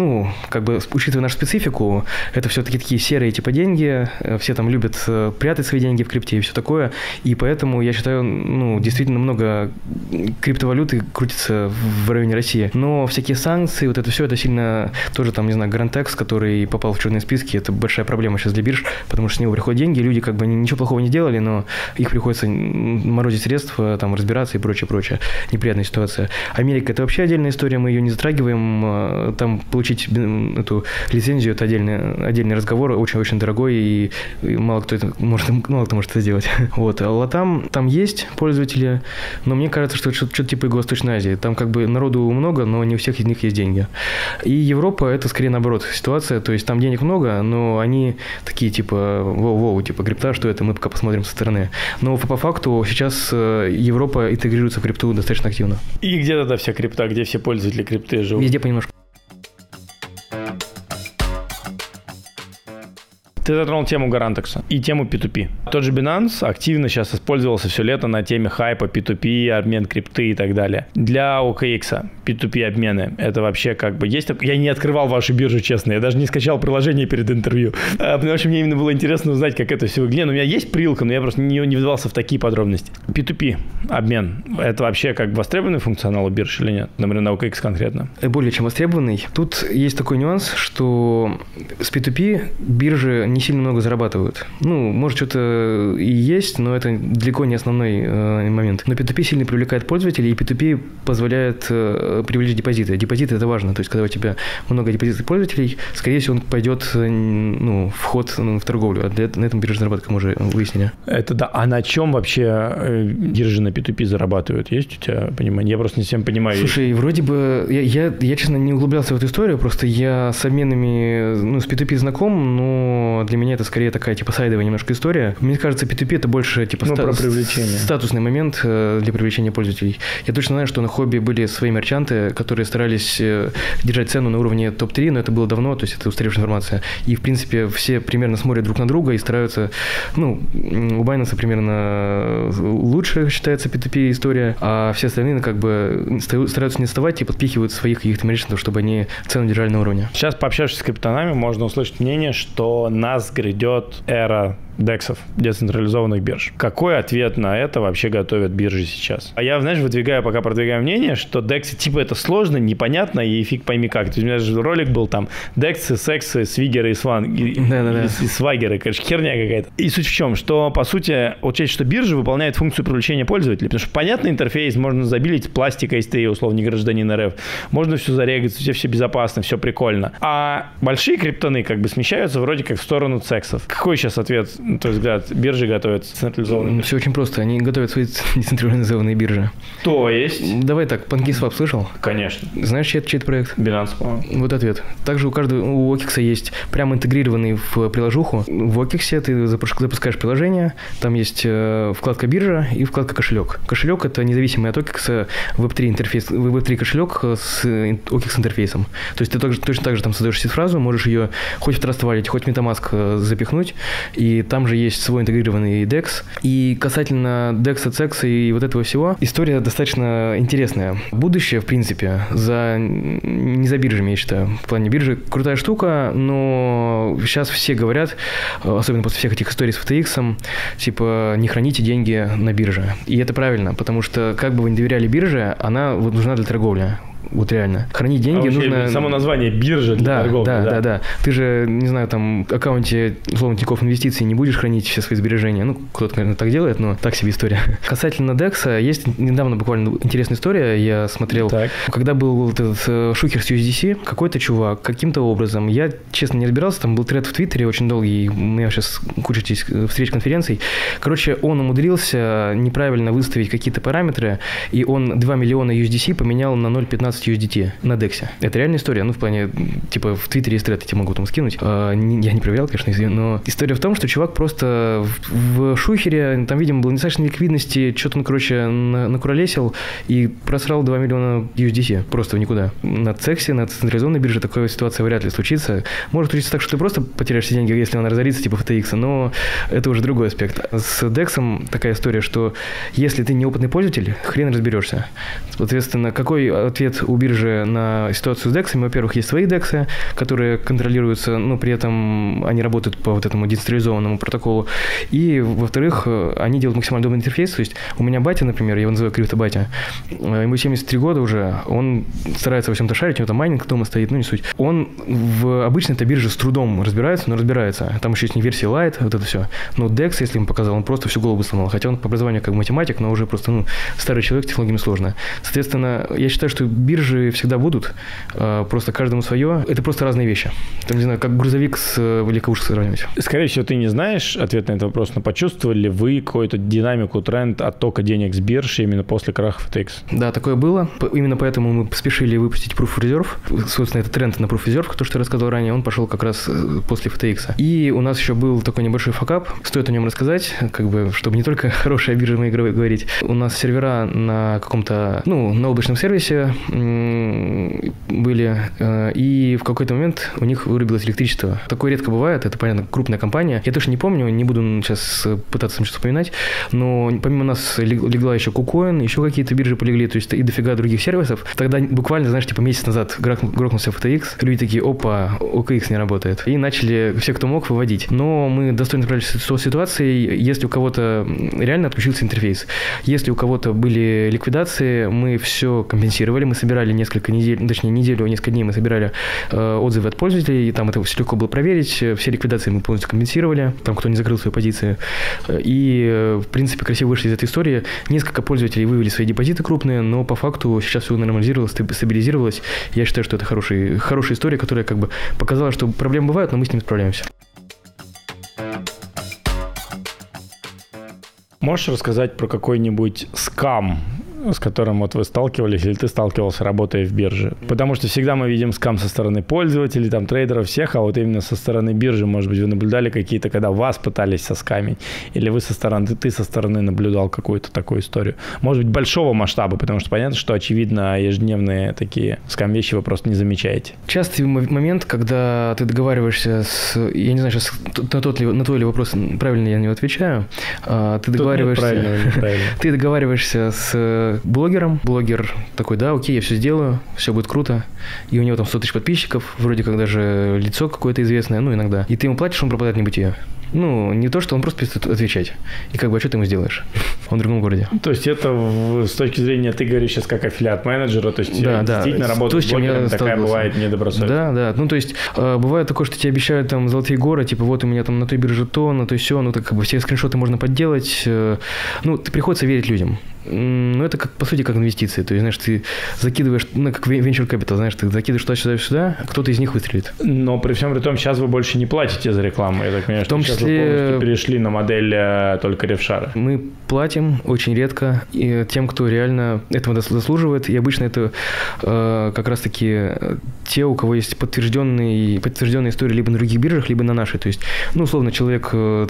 как бы, учитывая нашу специфику, это все-таки такие серые типа деньги, все там любят прятать свои деньги в крипте и все такое, и поэтому, я считаю, ну, действительно много криптовалюты крутится в районе России. Но всякие санкции, вот это все, это сильно тоже там, не знаю, Грантекс, который попал в черные списки, это большая проблема сейчас для бирж, потому что с него приходят деньги, люди как бы ничего плохого не делали, но их приходится морозить средства, там, разбираться и прочее. Неприятная ситуация. Америка – это вообще отдельная история, мы ее не затрагиваем, там получить эту лицензию – это отдельный разговор, очень-очень дорогой, и мало кто может это сделать. Вот. А Латам, там есть пользователи, но мне кажется, что это что-то типа Юго-Восточной Азии. Там как бы народу много, но не у всех из них есть деньги. И Европа – это скорее наоборот ситуация, то есть там денег много, но они такие типа воу-воу, типа крипта, что это, мы пока посмотрим со стороны. Но по факту сейчас Европа интегрируется в крипту достаточно активно. И где тогда вся крипта, где все пользователи крипты живут? Везде понемножку. Ты затронул тему Гарантекса и тему P2P. Тот же Binance активно сейчас использовался все лето на теме хайпа P2P, обмен крипты и так далее. Для OKX P2P обмены это вообще как бы есть... Я не открывал вашу биржу, честно. Я даже не скачал приложение перед интервью. Потому что мне именно было интересно узнать, как это все выглядит. У меня есть прилка, но я просто не вдавался в такие подробности. P2P обмен это вообще как востребованный функционал у бирж или нет? Например, на OKX конкретно. Более чем востребованный. Тут есть такой нюанс, что с P2P биржи не сильно много зарабатывают. Ну, может, что-то и есть, но это далеко не основной момент. Но P2P сильно привлекает пользователей, и P2P позволяет привлечь депозиты. Депозиты – это важно. То есть, когда у тебя много депозитов пользователей, скорее всего, он пойдет в ход в торговлю. А на этом биржа зарабатывает, как мы уже выяснили. Это да. А на чем вообще биржи на P2P зарабатывают? Есть у тебя понимание? Я просто не всем понимаю. Слушай, вроде бы... Я, честно, не углублялся в эту историю, просто я с обменами, с P2P знаком, но для меня это скорее такая, типа, сайдовая немножко история. Мне кажется, P2P это больше, типа, статусный момент для привлечения пользователей. Я точно знаю, что на хобби были свои мерчанты, которые старались держать цену на уровне топ-3, но это было давно, то есть это устаревшая информация. И, в принципе, все примерно смотрят друг на друга и стараются, у Binance примерно лучше считается P2P история, а все остальные, как бы, стараются не отставать и подпихивают своих каких-то мерчантов, чтобы они цену держали на уровне. Сейчас, пообщавшись с криптонами, можно услышать мнение, что нас грядет эра дексов, децентрализованных бирж. Какой ответ на это вообще готовят биржи сейчас? А я, знаешь, пока продвигаю мнение, что дексы, типа, это сложно, непонятно и фиг пойми как. То есть у меня же ролик был там дексы, сексы, свигеры и свагеры. Конечно, херня какая-то. И суть в чем, что, по сути, учесть, что биржа выполняет функцию привлечения пользователей, потому что понятный интерфейс, можно забилить пластикой СТИ, условно, не гражданин РФ, можно все зарегать, все безопасно, все прикольно. А большие криптоны как бы смещаются вроде как в сторону сексов. Какой сейчас ответ? То есть, взгляд, биржи готовят децентрализованные? Все очень просто. Они готовят свои децентрализованные биржи. То есть? Давай так, PancakeSwap слышал? Конечно. Знаешь, чей это проект? Binance, по-моему. Вот ответ. Также у OKX есть прямо интегрированный в приложуху. В OKX ты запускаешь приложение, там есть вкладка биржа и вкладка кошелек. Кошелек – это независимый от OKX Web3 интерфейс, Web3 кошелек с OKX интерфейсом. То есть ты точно так же там создаешь сид-фразу, можешь ее хоть в Trust Wallet, хоть в MetaMask запихнуть, и там же есть свой интегрированный DEX. И касательно DEX, CEX и вот этого всего, история достаточно интересная. Будущее, в принципе, не за биржами, я считаю. В плане биржи крутая штука, но сейчас все говорят, особенно после всех этих историй с FTX, типа, не храните деньги на бирже. И это правильно, потому что, как бы вы не доверяли бирже, она вот нужна для торговли. Вот реально. Хранить деньги нужно... Само название биржа для торговли. Да. Ты же, не знаю, там, в аккаунте, условно, Тинькофф Инвестиций не будешь хранить все свои сбережения. Кто-то, наверное, так делает, но так себе история. Касательно DEX, есть недавно буквально интересная история. Я смотрел, когда был этот шухер с USDC, какой-то чувак каким-то образом, я, честно, не разбирался, там был тред в Твиттере очень долгий, у меня сейчас куча встреч, конференций. Короче, он умудрился неправильно выставить какие-то параметры, и он 2 миллиона USDC поменял на 0,15 USDT на DEX. Это реальная история. В плане, типа, в Твиттере есть тред, я тебе могу там скинуть. Я не проверял, конечно, но история в том, что чувак просто в шухере, там, видимо, было недостаточно ликвидности, что-то он, короче, накуролесил и просрал 2 миллиона USDC просто в никуда. На CEX, на централизованной бирже такая ситуация вряд ли случится. Может случиться так, что ты просто потеряешь все деньги, если она разорится, типа FTX, но это уже другой аспект. С DEX такая история, что если ты неопытный пользователь, хрен разберешься. Соответственно, какой ответ у биржи на ситуацию с дексами. Во-первых, есть свои дексы, которые контролируются, но при этом они работают по вот этому децентрализованному протоколу. И, во-вторых, они делают максимально удобный интерфейс. То есть у меня батя, например, я его называю криптобатя, ему 73 года уже, он старается во всем-то шарить, у него там майнинг дома стоит, ну не суть. Он в обычной этой бирже с трудом разбирается, но разбирается. Там еще есть не версия Lite, вот это все. Но DEX, если ему показал, он просто всю голову сломал. Хотя он по образованию как математик, но уже просто старый человек, технологиями сложно. Соответственно, я считаю, что биржи всегда будут, просто каждому свое. Это просто разные вещи. Там, не знаю, как грузовик с легковушкой сравнивать. Скорее всего, ты не знаешь ответ на этот вопрос, но почувствовали ли вы какую-то динамику, тренд оттока денег с биржи именно после краха FTX? Да, такое было. Именно поэтому мы спешили выпустить Proof of Reserve. Собственно, это тренд на Proof of Reserve, то, что я рассказывал ранее, он пошел как раз после FTX. И у нас еще был такой небольшой факап. Стоит о нем рассказать, чтобы не только хорошая биржа игровой говорить. У нас сервера на каком-то, на облачном сервисе были, и в какой-то момент у них вырубилось электричество. Такое редко бывает, это, понятно, крупная компания. Я точно не помню, не буду сейчас пытаться там что-то вспоминать, но помимо нас легла еще KuCoin, еще какие-то биржи полегли, то есть и дофига других сервисов. Тогда буквально, знаешь, месяц назад грохнулся FTX, люди такие, опа, OKX не работает. И начали все, кто мог, выводить. Но мы достойно справились с ситуацией. Если у кого-то реально отключился интерфейс, если у кого-то были ликвидации, мы все компенсировали, мы собирали несколько недель, точнее неделю, несколько дней мы собирали отзывы от пользователей, и там это все легко было проверить, все ликвидации мы полностью компенсировали, там кто не закрыл свои позиции. И, в принципе, красиво вышли из этой истории. Несколько пользователей вывели свои депозиты крупные, но по факту сейчас все нормализировалось, стабилизировалось. Я считаю, что это хорошая история, которая показала, что проблемы бывают, но мы с ними справляемся. Можешь рассказать про какой-нибудь скам, с которым вы сталкивались или ты сталкивался, работая в бирже? Потому что всегда мы видим скам со стороны пользователей, трейдеров всех, а вот именно со стороны биржи, может быть, вы наблюдали какие-то, когда вас пытались соскамить, или ты со стороны наблюдал какую-то такую историю? Может быть, большого масштаба, потому что понятно, что, очевидно, ежедневные такие скам-вещи вы просто не замечаете. Частый момент, когда ты договариваешься с... Я не знаю, сейчас на твой ли вопрос правильно я не отвечаю. Ты договариваешься с блогером. Блогер такой, да, окей, я все сделаю, все будет круто. И у него там 100 тысяч подписчиков, вроде как даже лицо какое-то известное, иногда. И ты ему платишь, он пропадает в небытие. Не то, что он просто перестает отвечать. И а что ты ему сделаешь? Он в другом городе. То есть это с точки зрения, ты говоришь сейчас как аффилиат-менеджера, то есть действительно работа с блогером такая бывает недобросовестная. Да. То есть бывает такое, что тебе обещают золотые горы, вот у меня на той бирже то, на той сё, все скриншоты можно подделать. Приходится верить людям. Это по сути как инвестиции. То есть, знаешь, ты закидываешь, как venture capital, знаешь, ты закидываешь туда-сюда, кто-то из них выстрелит. Но при всем при том, сейчас вы больше не платите за рекламу. Я так понимаю, что сейчас вы полностью перешли на модель только ревшара. Мы платим очень редко и тем, кто реально этого заслуживает. И обычно это как раз-таки те, у кого есть подтвержденные истории либо на других биржах, либо на нашей. То есть, условно, человек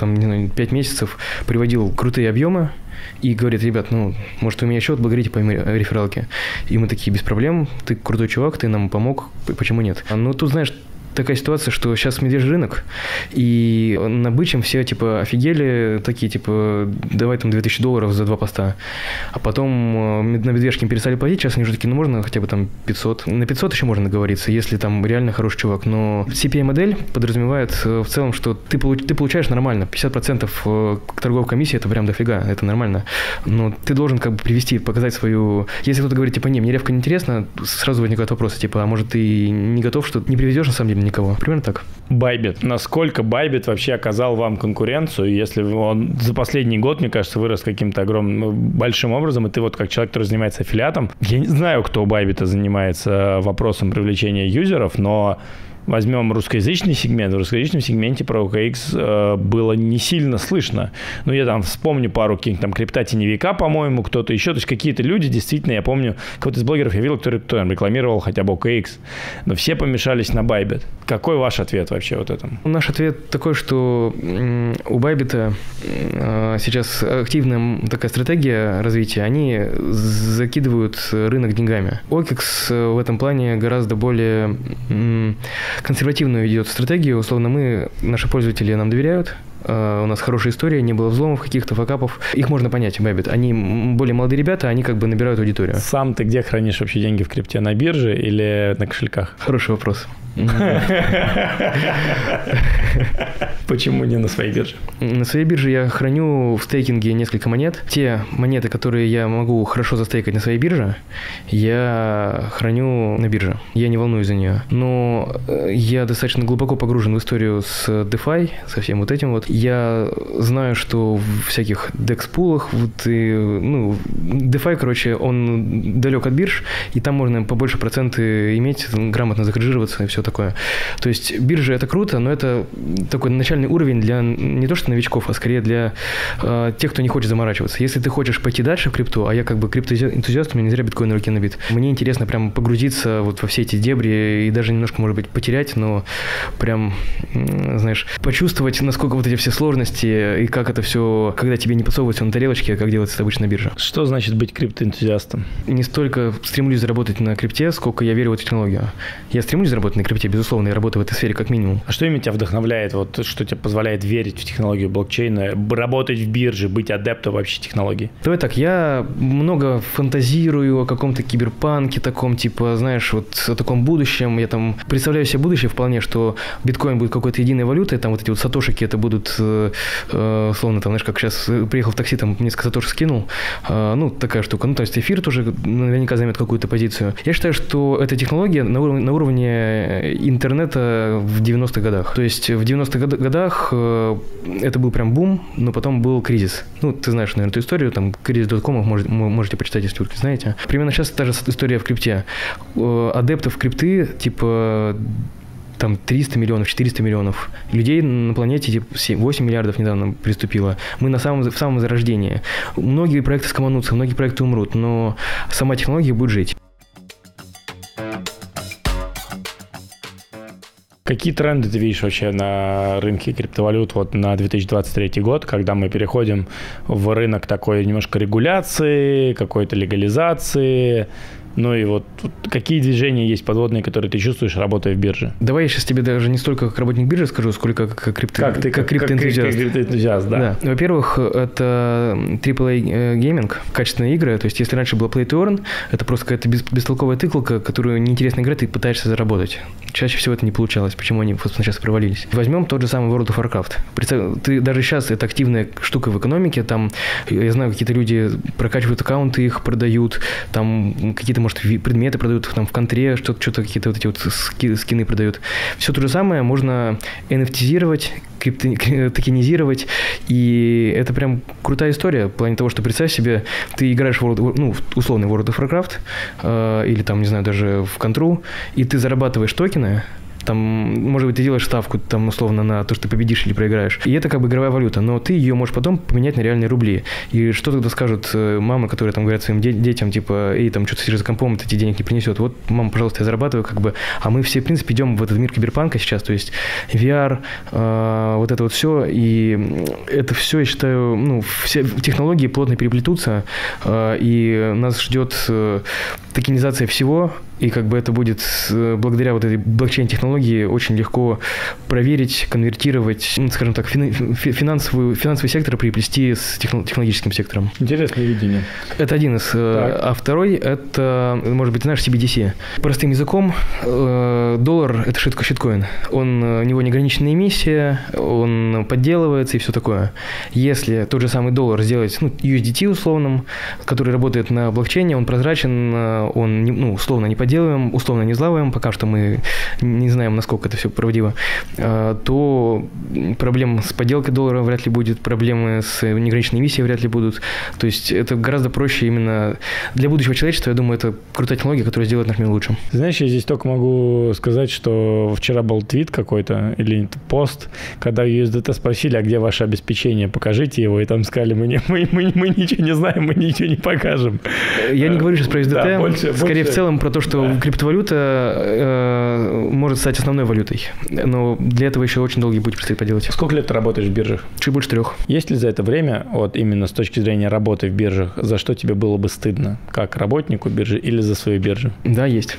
5 месяцев приводил крутые объемы, и говорит, ребят, может, вы меня еще отблагодарите по рефералке. И мы такие, без проблем, ты крутой чувак, ты нам помог, почему нет? Тут, знаешь, такая ситуация, что сейчас медвежий рынок, и на бычьем все, офигели, такие, давай $2000 за 2 поста. А потом на медвежке перестали платить, сейчас они уже такие, можно хотя бы 500. На 500 еще можно договориться, если там реально хороший чувак. Но CPA-модель подразумевает в целом, что ты получаешь нормально. 50% торговой комиссии – это прям дофига, это нормально. Но ты должен показать свою... Если кто-то говорит, мне ревка не интересна, сразу возникают вопросы, а может, ты не готов, что не привезешь на самом деле никого. Примерно так. Bybit. Насколько Bybit вообще оказал вам конкуренцию, если он за последний год, мне кажется, вырос каким-то большим образом, и ты как человек, который занимается аффилиатом, я не знаю, кто у Bybit занимается вопросом привлечения юзеров, но возьмем русскоязычный сегмент. В русскоязычном сегменте про OKX было не сильно слышно. Я вспомню пару каких-то крипта теневика, по-моему, кто-то еще. То есть какие-то люди, действительно, я помню, кого-то из блогеров я видел, кто рекламировал хотя бы OKX. Но все помешались на Bybit. Какой ваш ответ вообще этому? Наш ответ такой, что у Bybit сейчас активная такая стратегия развития. Они закидывают рынок деньгами. OKX в этом плане гораздо более консервативную ведет стратегию. Условно, наши пользователи нам доверяют, у нас хорошая история, не было взломов каких-то, факапов. Их можно понять, Bybit. Они более молодые ребята, они как бы набирают аудиторию. Сам ты где хранишь вообще деньги в крипте? На бирже или на кошельках? Хороший вопрос. Почему не на своей бирже? На своей бирже я храню в стейкинге несколько монет. Те монеты, которые я могу хорошо застейкать на своей бирже, я храню на бирже. Я не волнуюсь за нее. Но я достаточно глубоко погружен в историю с DeFi, со всем вот этим вот. Я знаю, что в всяких DEX-пулах, DeFi, короче, он далек от бирж, и там можно побольше проценты иметь, грамотно захеджироваться и все такое. То есть биржа — это круто, но это такой начальный уровень для не то что новичков, а скорее для тех, кто не хочет заморачиваться. Если ты хочешь пойти дальше в крипту, а я как бы криптоэнтузиаст, у меня не зря биткоин на руке набит. Мне интересно прям погрузиться вот во все эти дебри и даже немножко, может быть, потерять, но прям, знаешь, почувствовать, насколько вот эти все сложности и как это все, когда тебе не подсовывают все на тарелочке, как делается это обычно на бирже. Что значит быть криптоэнтузиастом? Не столько стремлюсь заработать на крипте, сколько я верю в эту технологию. Я стремлюсь заработать на крипте, безусловно, я работаю в этой сфере как минимум. А что именно тебя вдохновляет, вот что тебе позволяет верить в технологию блокчейна, работать в бирже, быть адептом вообще технологий? Давай так, я много фантазирую о каком-то киберпанке таком, типа, знаешь, вот о таком будущем. Я там представляю себе будущее вполне, что биткоин будет какой-то единой валютой, там вот эти вот сатошики, это будут, словно там, знаешь, как сейчас приехал в такси, там несколько сатошек скинул, такая штука. То есть эфир тоже наверняка займет какую-то позицию. Я считаю, что эта технология на уровне интернета в 90-х годах. То есть в 90-х годах это был прям бум, но потом был кризис. Ты знаешь, наверное, эту историю, там, кризис доткомов можете почитать, если вы знаете. Примерно сейчас та же история в крипте. Адептов крипты, типа, там 300 миллионов, 400 миллионов. Людей на планете типа 8 миллиардов недавно приступило. Мы в самом зарождении. Многие проекты скоманутся, многие проекты умрут, но сама технология будет жить. Какие тренды ты видишь вообще на рынке криптовалют вот на 2023 год, когда мы переходим в рынок такой немножко регуляции, какой-то легализации? Ну и вот какие движения есть подводные, которые ты чувствуешь, работая в бирже? Давай я сейчас тебе даже не столько как работник биржи скажу, сколько как криптоэнтузиаст. Как криптоэнтузиаст, да. Во-первых, это AAA гейминг, качественные игры. То есть если раньше было Play to Earn, это просто какая-то бестолковая тыкалка, которую неинтересно играть, ты пытаешься заработать. Чаще всего это не получалось. Почему они, собственно, сейчас провалились? Возьмем тот же самый World of Warcraft. Ты даже сейчас это активная штука в экономике. Там, я знаю, какие-то люди прокачивают аккаунты, их продают, там какие-то, может, предметы продают там в контре, что-то какие-то вот эти вот скины продают. Все то же самое можно NFT-зировать, токенизировать, и это прям крутая история в плане того, что представь себе, ты играешь в условный World of Warcraft или там, не знаю, даже в контру, и ты зарабатываешь токены. Там, может быть, ты делаешь ставку, там, условно, на то, что ты победишь или проиграешь. И это как бы игровая валюта, но ты ее можешь потом поменять на реальные рубли. И что тогда скажут мамы, которые там говорят своим детям, типа, эй, там, что-то сидишь за компом, это тебе денег не принесет. Вот, мама, пожалуйста, я зарабатываю, как бы. А мы все, в принципе, идем в этот мир киберпанка сейчас, то есть VR, вот это вот все. И это все, я считаю, все технологии плотно переплетутся, и нас ждет токенизация всего, и как бы это будет благодаря вот этой блокчейн-технологии очень легко проверить, конвертировать, скажем так, финансовый сектор приплести с технологическим сектором. Интересное видение. Это один из. А второй, это, может быть, знаешь, CBDC. Простым языком, доллар – это щиткоин. У него неограниченная эмиссия, он подделывается и все такое. Если тот же самый доллар сделать, USDT условным, который работает на блокчейне, он прозрачен, он, условно, не подделываем, условно не взламываем, пока что мы не знаем, насколько это все правдиво, то проблем с подделкой доллара вряд ли будет, проблемы с неограниченной эмиссией вряд ли будут. То есть это гораздо проще именно для будущего человечества. Я думаю, это крутая технология, которая сделает наш мир лучше. Знаешь, я здесь только могу сказать, что вчера был твит какой-то или пост, когда USDT спросили, а где ваше обеспечение, покажите его, и там сказали, мы ничего не знаем, мы ничего не покажем. Я не говорю сейчас про USDT, скорее в целом про то, что криптовалюта может стать основной валютой. Но для этого еще очень долгий путь предстоит поделать. Сколько лет ты работаешь в биржах? Чуть больше 3. Есть ли за это время, вот именно с точки зрения работы в биржах, за что тебе было бы стыдно? Как работнику биржи или за свою биржу? Да, есть.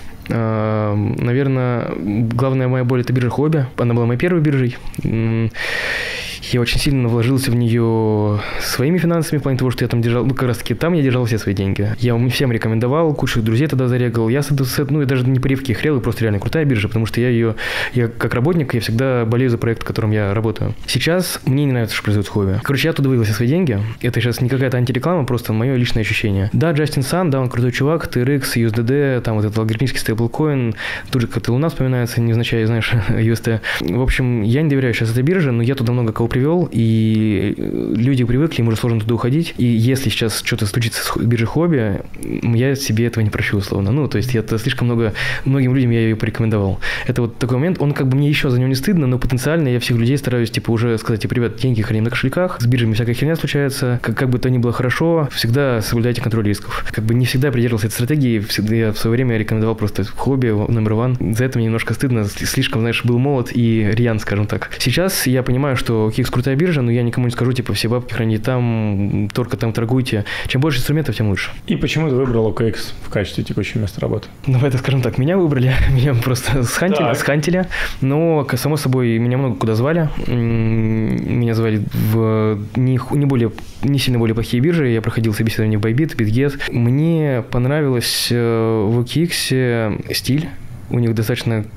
Наверное, главная моя боль – это биржа Huobi. Она была моей первой биржей. Я очень сильно вложился в нее своими финансами, в плане того, что я там держал, как раз таки там я держал все свои деньги. Я всем рекомендовал, кучу друзей тогда зарегал. Я даже не по ревке хрел, и просто реально крутая биржа, потому что я как работник, я всегда болею за проект, в котором я работаю. Сейчас мне не нравится, что происходит в хобби. Короче, я оттуда вывел все свои деньги. Это сейчас не какая-то антиреклама, просто мое личное ощущение. Да, Джастин Сан, да, он крутой чувак, TRX, USDD, там вот этот алгоритмический стейблкоин, тут же как-то Луна вспоминается, невзначай, знаешь, UST. В общем, я не доверяю сейчас этой бирже, но я туда много кого привел, и люди привыкли, им уже сложно туда уходить. И если сейчас что-то случится с биржей хобби, я себе этого не прощу, условно. Ну, то есть я слишком многим людям я ее порекомендовал. Это вот такой момент, он как бы мне еще за него не стыдно, но потенциально я всех людей стараюсь, типа, уже сказать, типа, ребят, деньги храним на кошельках, с биржами всякая херня случается, как бы то ни было хорошо, всегда соблюдайте контроль рисков. Как бы не всегда придерживался этой стратегии, всегда я в свое время рекомендовал просто хобби номер один. За это мне немножко стыдно, слишком, знаешь, был молод и рьян, скажем так. Сейчас я понимаю, что OKX крутая биржа, но я никому не скажу, типа, все бабки храните там, только там торгуйте. Чем больше инструментов, тем лучше. И почему ты выбрал OKX в качестве текущего места работы? Давай так скажем так, меня выбрали, меня просто схантили, но, само собой, меня много куда звали. Меня звали в не сильно более плохие биржи, я проходил собеседование в Bybit, BitGet. Мне понравилось в OKX стиль, у них достаточно...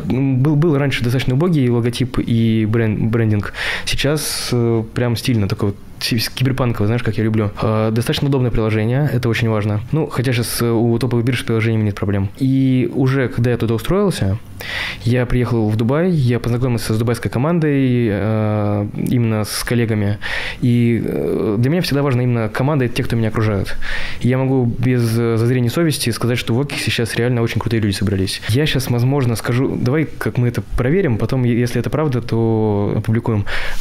Был раньше достаточно убогий логотип и брендинг. Сейчас прям стильно, такой вот киберпанковый, знаешь, как я люблю. Достаточно удобное приложение, это очень важно. Ну, хотя сейчас у топовых бирж с приложениями нет проблем. И уже, когда я туда устроился, я приехал в Дубай, я познакомился с дубайской командой, именно с коллегами. И для меня всегда важна именно команда и те, кто меня окружают. И я могу без зазрения совести сказать, что в OKX сейчас реально очень крутые люди собрались. Я сейчас, возможно, скажу, давай как мы это проверим, потом, если это правда, то опубликуем.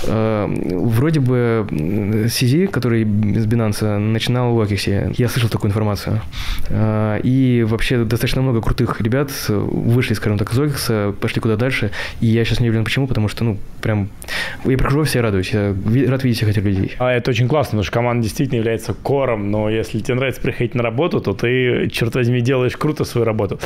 Вроде бы CZ, который с Binance, начинал в OKX. Я слышал такую информацию. И вообще достаточно много крутых ребят вышли, скажем так, из OKX, пошли куда дальше. И я сейчас не уверен, почему, потому что, прям, я прохожу все, радуюсь. Я рад видеть всех этих людей. Это очень классно, потому что команда действительно является кором, но если тебе нравится приходить на работу, то ты, черт возьми, делаешь круто свою работу.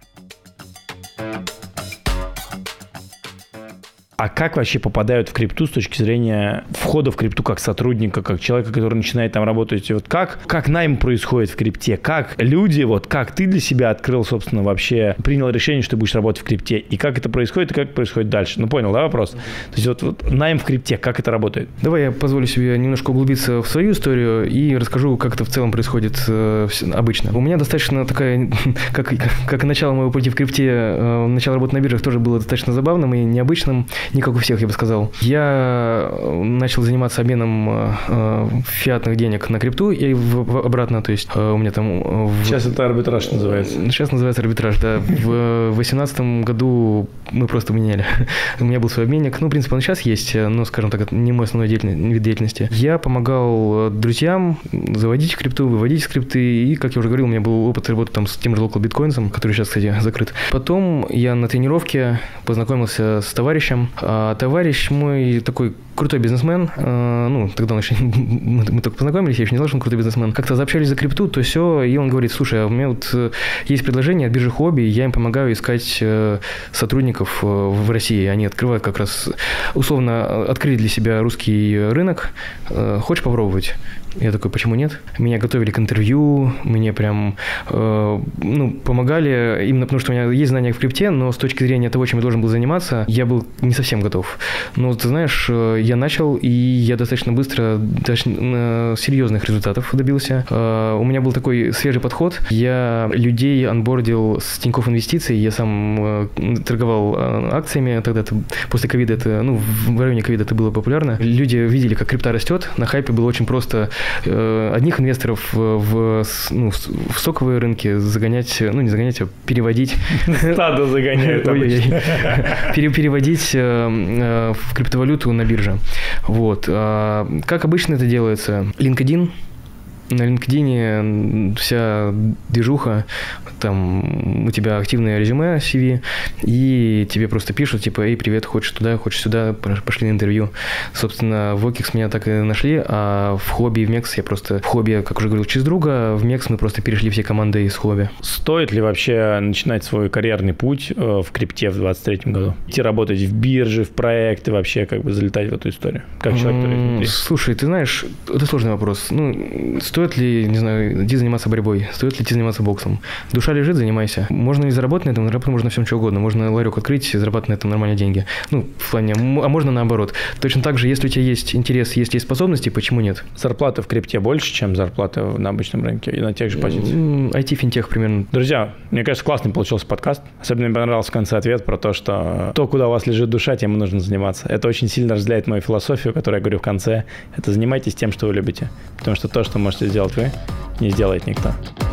А как вообще попадают в крипту с точки зрения входа в крипту как сотрудника, как человека, который начинает там работать? Вот как найм происходит в крипте? Как люди, вот как ты для себя открыл, собственно, вообще принял решение, что ты будешь работать в крипте? И как это происходит, и как происходит дальше? Ну, понял, да, вопрос? То есть вот найм в крипте, как это работает? Давай я позволю себе немножко углубиться в свою историю и расскажу, как это в целом происходит обычно. У меня достаточно такая, как и начало моего пути в крипте, начало работы на биржах тоже было достаточно забавным и необычным. Не как у всех, я бы сказал. Я начал заниматься обменом фиатных денег на крипту и обратно, то есть у меня там... Сейчас это арбитраж называется. Сейчас называется арбитраж, да. В 2018 году мы просто меняли. У меня был свой обменник. Ну, в принципе, он сейчас есть, но, скажем так, это не мой основной вид деятельности. Я помогал друзьям заводить крипту, выводить скрипты, и, как я уже говорил, у меня был опыт работы там с тем же Local Bitcoin, который сейчас, кстати, закрыт. Потом я на тренировке познакомился с товарищем. А товарищ мой такой крутой бизнесмен, тогда он еще, мы только познакомились, я еще не знал, что он крутой бизнесмен. Как-то заобщались за крипту, то все, и он говорит: слушай, а у меня вот есть предложение от биржи хобби, я им помогаю искать сотрудников в России. Они открывают как раз, условно, открыли для себя русский рынок. Хочешь попробовать? Я такой: почему нет? Меня готовили к интервью, мне прям помогали, именно потому что у меня есть знания в крипте, но с точки зрения того, чем я должен был заниматься, я был не совсем готов. Но ты знаешь, я начал, и я достаточно быстро серьезных результатов добился. У меня был такой свежий подход. Я людей анбордил с Тинькофф Инвестиций, я сам торговал акциями, тогда после ковида в районе ковида это было популярно. Люди видели, как крипта растет, на хайпе было очень просто одних инвесторов в стоковые рынки загонять, не загонять, а переводить. Стадо загоняют. Переводить в криптовалюту на бирже. Вот. Как обычно это делается? LinkedIn, На LinkedIn вся движуха, там у тебя активное резюме, CV, и тебе просто пишут, типа, эй, привет, хочешь туда, хочешь сюда, пошли на интервью. Собственно, в OKX меня так и нашли, а в Хобби и в Мекс я просто... В Хобби, как уже говорил, через друга, в Мекс мы просто перешли все команды из Хобби. Стоит ли вообще начинать свой карьерный путь в крипте в 2023 году? Идти работать в бирже, в проекты, вообще как бы залетать в эту историю? Как человек, который внутри? Слушай, ты знаешь, это сложный вопрос. Ну, стоит ли, не знаю, идти заниматься борьбой? Стоит ли идти заниматься боксом? Душа лежит, занимайся. Можно и заработать на этом, заработать можно всем что угодно. Можно ларек открыть и зарабатывать на этом нормальные деньги. Ну, в плане, а можно наоборот. Точно так же, если у тебя есть интерес, есть способности, почему нет? Зарплата в крипте больше, чем зарплата на обычном рынке и на тех же позициях? IT-финтех примерно. Друзья, мне кажется, классный получился подкаст. Особенно мне понравился в конце ответ про то, что то, куда у вас лежит душа, тем и нужно заниматься. Это очень сильно разделяет мою философию, которую я говорю в конце. Это занимайтесь тем, что вы любите. Потому что то, что можете сделать вы, не сделает никто.